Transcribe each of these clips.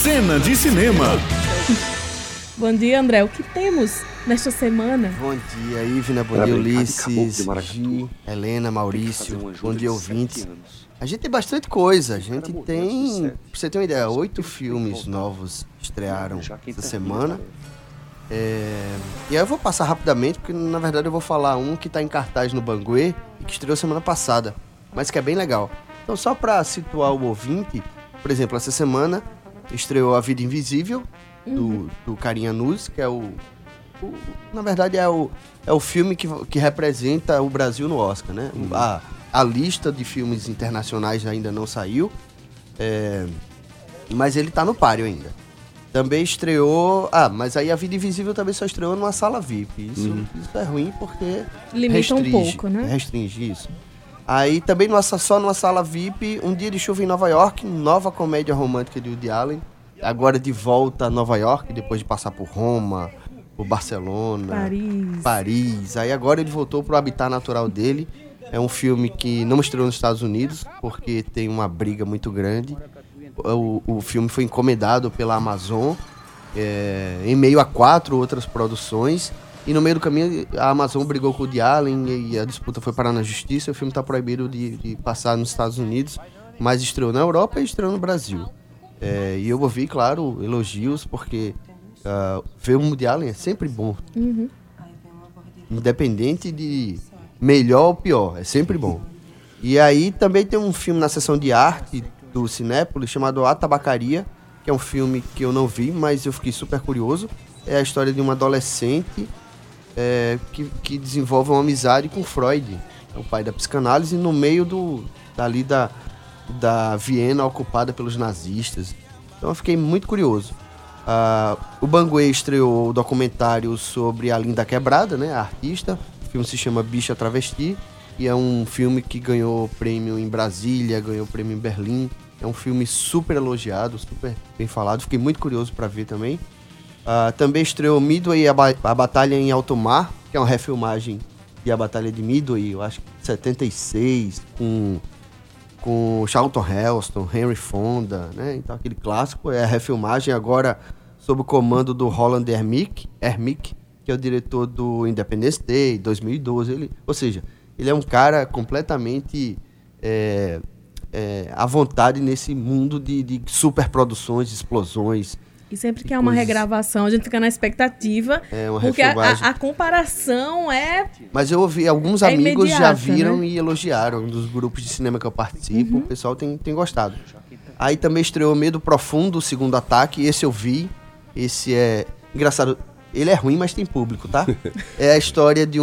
Cena de Cinema. Bom dia, André. O que temos nesta semana? Bom dia, Ivna. Bom dia, Ulisses, Gi, Helena, Maurício. Bom dia, ouvintes. A gente tem bastante coisa. A gente tem, pra você ter uma ideia, 8 filmes novos estrearam essa semana. E aí eu vou passar rapidamente, porque na verdade eu vou falar um que tá em cartaz no Banguê e que estreou semana passada, mas que é bem legal. Então, só pra situar o ouvinte, por exemplo, essa semana estreou A Vida Invisível, do Carinha Nuz, que é na verdade é o filme que representa o Brasil no Oscar, né? A lista de filmes internacionais ainda não saiu, mas ele tá no páreo ainda. Também estreou... mas aí A Vida Invisível também só estreou numa sala VIP. Isso é ruim porque limita um pouco, né? Restringe isso. Aí também só numa sala VIP, Um Dia de Chuva em Nova York, nova comédia romântica de Woody Allen. Agora de volta a Nova York, depois de passar por Roma, por Barcelona, Paris. Aí agora ele voltou pro habitat natural dele. É um filme que não estreou nos Estados Unidos, porque tem uma briga muito grande. O filme foi encomendado pela Amazon, em meio a 4 outras produções. E no meio do caminho, a Amazon brigou com o Woody Allen e a disputa foi parar na justiça. O filme está proibido de passar nos Estados Unidos, mas estreou na Europa e estreou no Brasil. E eu ouvi, claro, elogios, porque ver o Woody Allen é sempre bom. Independente de melhor ou pior, é sempre bom. E aí também tem um filme na sessão de arte do Cinépolis chamado A Tabacaria, que é um filme que eu não vi, mas eu fiquei super curioso. É a história de uma adolescente que desenvolve uma amizade com Freud, o pai da psicanálise, no meio da Viena ocupada pelos nazistas. Então eu fiquei muito curioso. O Banguê estreou o documentário sobre a Linda Quebrada, né, a artista. O filme se chama Bicha Travesti e é um filme que ganhou prêmio em Brasília, ganhou prêmio em Berlim. É um filme super elogiado, super bem falado. Fiquei muito curioso para ver também. Também estreou Midway, a Batalha em Alto Mar, que é uma refilmagem de A Batalha de Midway, eu acho que 76, com Charlton Heston, Henry Fonda, né? Então aquele clássico é a refilmagem agora sob o comando do Roland Emmerich, que é o diretor do Independence Day, 2012. Ou seja, ele é um cara completamente à vontade nesse mundo de superproduções, de explosões. E sempre que há uma regravação, a gente fica na expectativa, porque a comparação é... Mas eu ouvi, alguns amigos já viram, né? E elogiaram, dos grupos de cinema que eu participo, o pessoal tem gostado. Aí também estreou Medo Profundo, o Segundo Ataque, esse eu vi, esse é engraçado, ele é ruim, mas tem público, tá? É a história de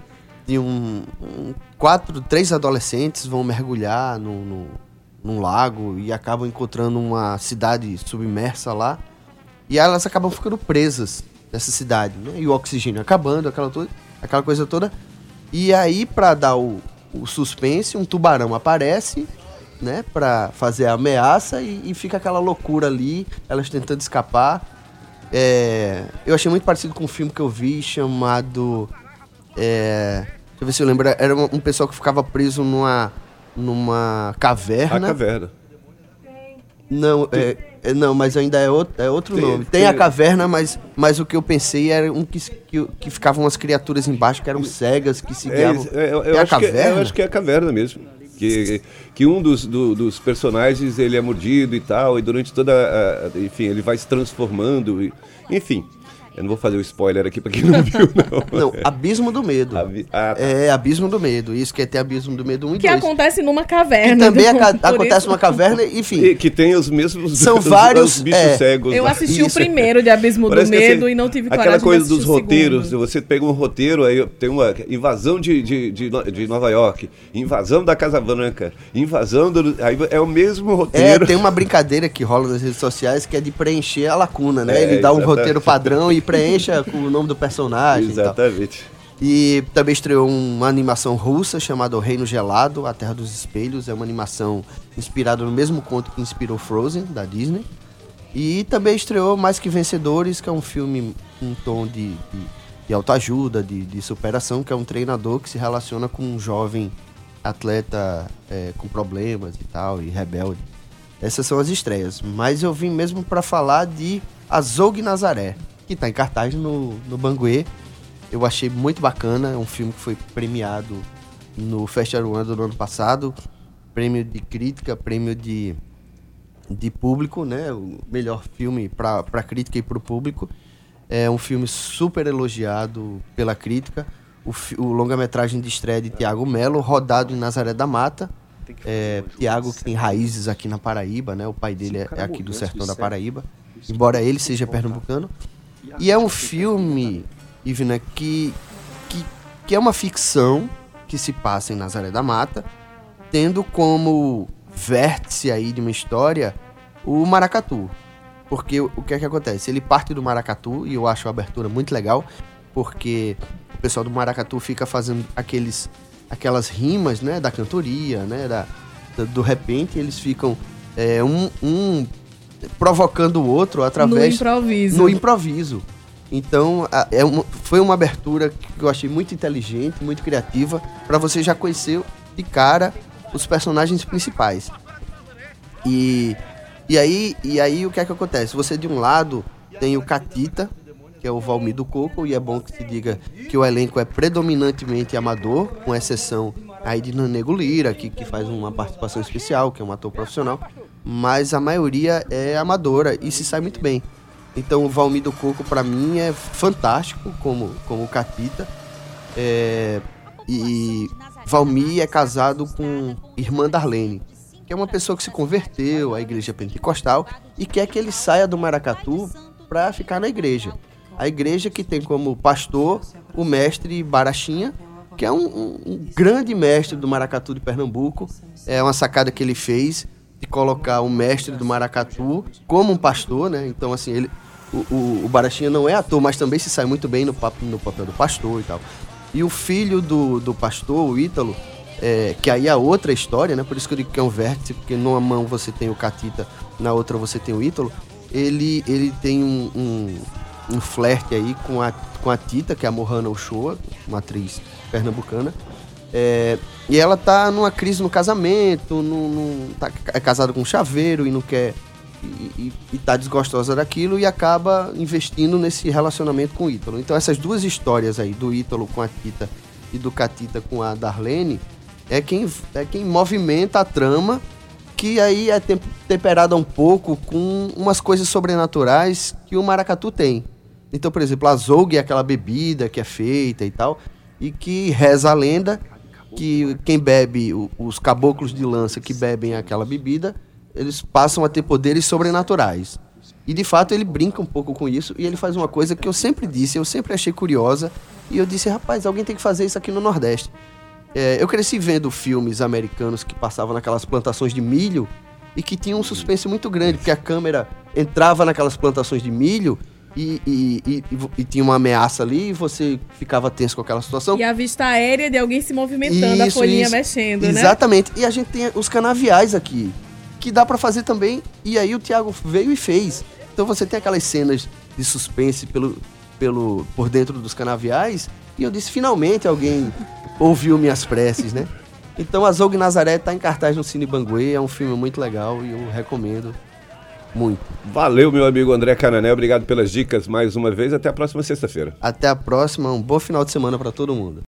três adolescentes vão mergulhar num lago e acabam encontrando uma cidade submersa lá. E elas acabam ficando presas nessa cidade, né? E o oxigênio acabando, aquela coisa toda. E aí, pra dar o suspense, um tubarão aparece, né? Pra fazer a ameaça e fica aquela loucura ali, elas tentando escapar. Eu achei muito parecido com um filme que eu vi chamado... deixa eu ver se eu lembro. Era um pessoal que ficava preso numa caverna. A caverna. Não, mas ainda é outro nome. Tem a caverna, mas o que eu pensei era que ficavam umas criaturas embaixo que eram cegas, que se guiavam. Eu acho que é a caverna mesmo. Que um dos personagens ele é mordido e tal, e durante enfim, ele vai se transformando. Enfim. Eu não vou fazer o spoiler aqui pra quem não viu, não. Não, Abismo do Medo. Abismo do Medo. Isso que é ter Abismo do Medo 1 e 2. Que acontece numa caverna. Que também acontece numa caverna, enfim. Que tem os mesmos... São vários... os bichos cegos. Eu assisti o primeiro de Abismo do Medo e não tive coragem de assistir aquela coisa dos roteiros. segundo. Você pega um roteiro, aí tem uma invasão de Nova York, invasão da Casa Branca, invasão do... Aí é o mesmo roteiro. Tem uma brincadeira que rola nas redes sociais que é de preencher a lacuna, né? Ele dá um roteiro padrão e preencha com o nome do personagem. Exatamente. E também estreou uma animação russa chamada O Reino Gelado, A Terra dos Espelhos. É uma animação inspirada no mesmo conto que inspirou Frozen, da Disney. E também estreou Mais Que Vencedores, que é um filme com um tom de autoajuda, de superação, que é um treinador que se relaciona com um jovem atleta com problemas e tal, e rebelde. Essas são as estreias. Mas eu vim mesmo para falar de Azougue Nazaré, que está em cartaz no Banguê. Eu achei muito bacana, é um filme que foi premiado no Festival Ruanda do ano passado. Prêmio de crítica, prêmio de público, né? O melhor filme para crítica e para o público. É um filme super elogiado pela crítica. O longa-metragem de estreia de Tiago Melo, rodado em Nazaré da Mata. Tiago, que tem raízes aqui na Paraíba, né? O pai dele é aqui do sertão da Paraíba, embora ele seja pernambucano. E é um filme, Ivna, que é uma ficção que se passa em Nazaré da Mata, tendo como vértice aí de uma história o maracatu. Porque o que é que acontece? Ele parte do maracatu, e eu acho a abertura muito legal, porque o pessoal do maracatu fica fazendo aquelas rimas, né, da cantoria, né, do repente, eles ficam um provocando o outro através... No improviso. Então, foi uma abertura que eu achei muito inteligente, muito criativa, para você já conhecer de cara os personagens principais. E aí o que é que acontece? Você, de um lado, tem o Catita, que é o Valmir do Coco, e é bom que se diga que o elenco é predominantemente amador, com exceção aí de Nanego Lira, que faz uma participação especial, que é um ator profissional, mas a maioria é amadora e se sai muito bem. Então o Valmir do Coco, para mim, é fantástico como o Catita. E Valmir é casado com irmã Darlene, que é uma pessoa que se converteu à igreja pentecostal e quer que ele saia do maracatu para ficar na igreja. A igreja que tem como pastor o mestre Barachinha, que é um grande mestre do maracatu de Pernambuco. É uma sacada que ele fez de colocar o mestre do maracatu como um pastor, né? Então, assim, o Barachinha não é ator, mas também se sai muito bem no papel do pastor e tal. E o filho do pastor, o Ítalo, que aí é outra história, né? Por isso que eu digo que é um vértice, porque numa mão você tem o Catita, na outra você tem o Ítalo. Ele tem um flerte aí com a Tita, que é a Mohana Uchoa, uma atriz pernambucana. E ela tá numa crise no casamento, é casada com um chaveiro e não quer... E tá desgostosa daquilo e acaba investindo nesse relacionamento com o Ítalo. Então essas duas histórias aí, do Ítalo com a Tita e do Catita com a Darlene, é quem movimenta a trama, que aí é temperada um pouco com umas coisas sobrenaturais que o maracatu tem. Então, por exemplo, a azougue é aquela bebida que é feita e tal, e que reza a lenda que quem bebe, os caboclos de lança que bebem aquela bebida, eles passam a ter poderes sobrenaturais. E, de fato, ele brinca um pouco com isso, e ele faz uma coisa que eu sempre disse, eu sempre achei curiosa, e eu disse, rapaz, alguém tem que fazer isso aqui no Nordeste. Eu cresci vendo filmes americanos que passavam naquelas plantações de milho, e que tinham um suspense muito grande, porque a câmera entrava naquelas plantações de milho, e tinha uma ameaça ali, e você ficava tenso com aquela situação. E a vista aérea de alguém se movimentando, a folhinha mexendo, né? Exatamente. E a gente tem os canaviais aqui, que dá pra fazer também, e aí o Thiago veio e fez. Então você tem aquelas cenas de suspense por dentro dos canaviais, e eu disse, finalmente alguém ouviu minhas preces, né? Então Azougue Nazaré tá em cartaz no Cine Banguê, é um filme muito legal e eu recomendo muito. Valeu, meu amigo André Canané, obrigado pelas dicas mais uma vez, até a próxima sexta-feira. Até a próxima, um bom final de semana para todo mundo.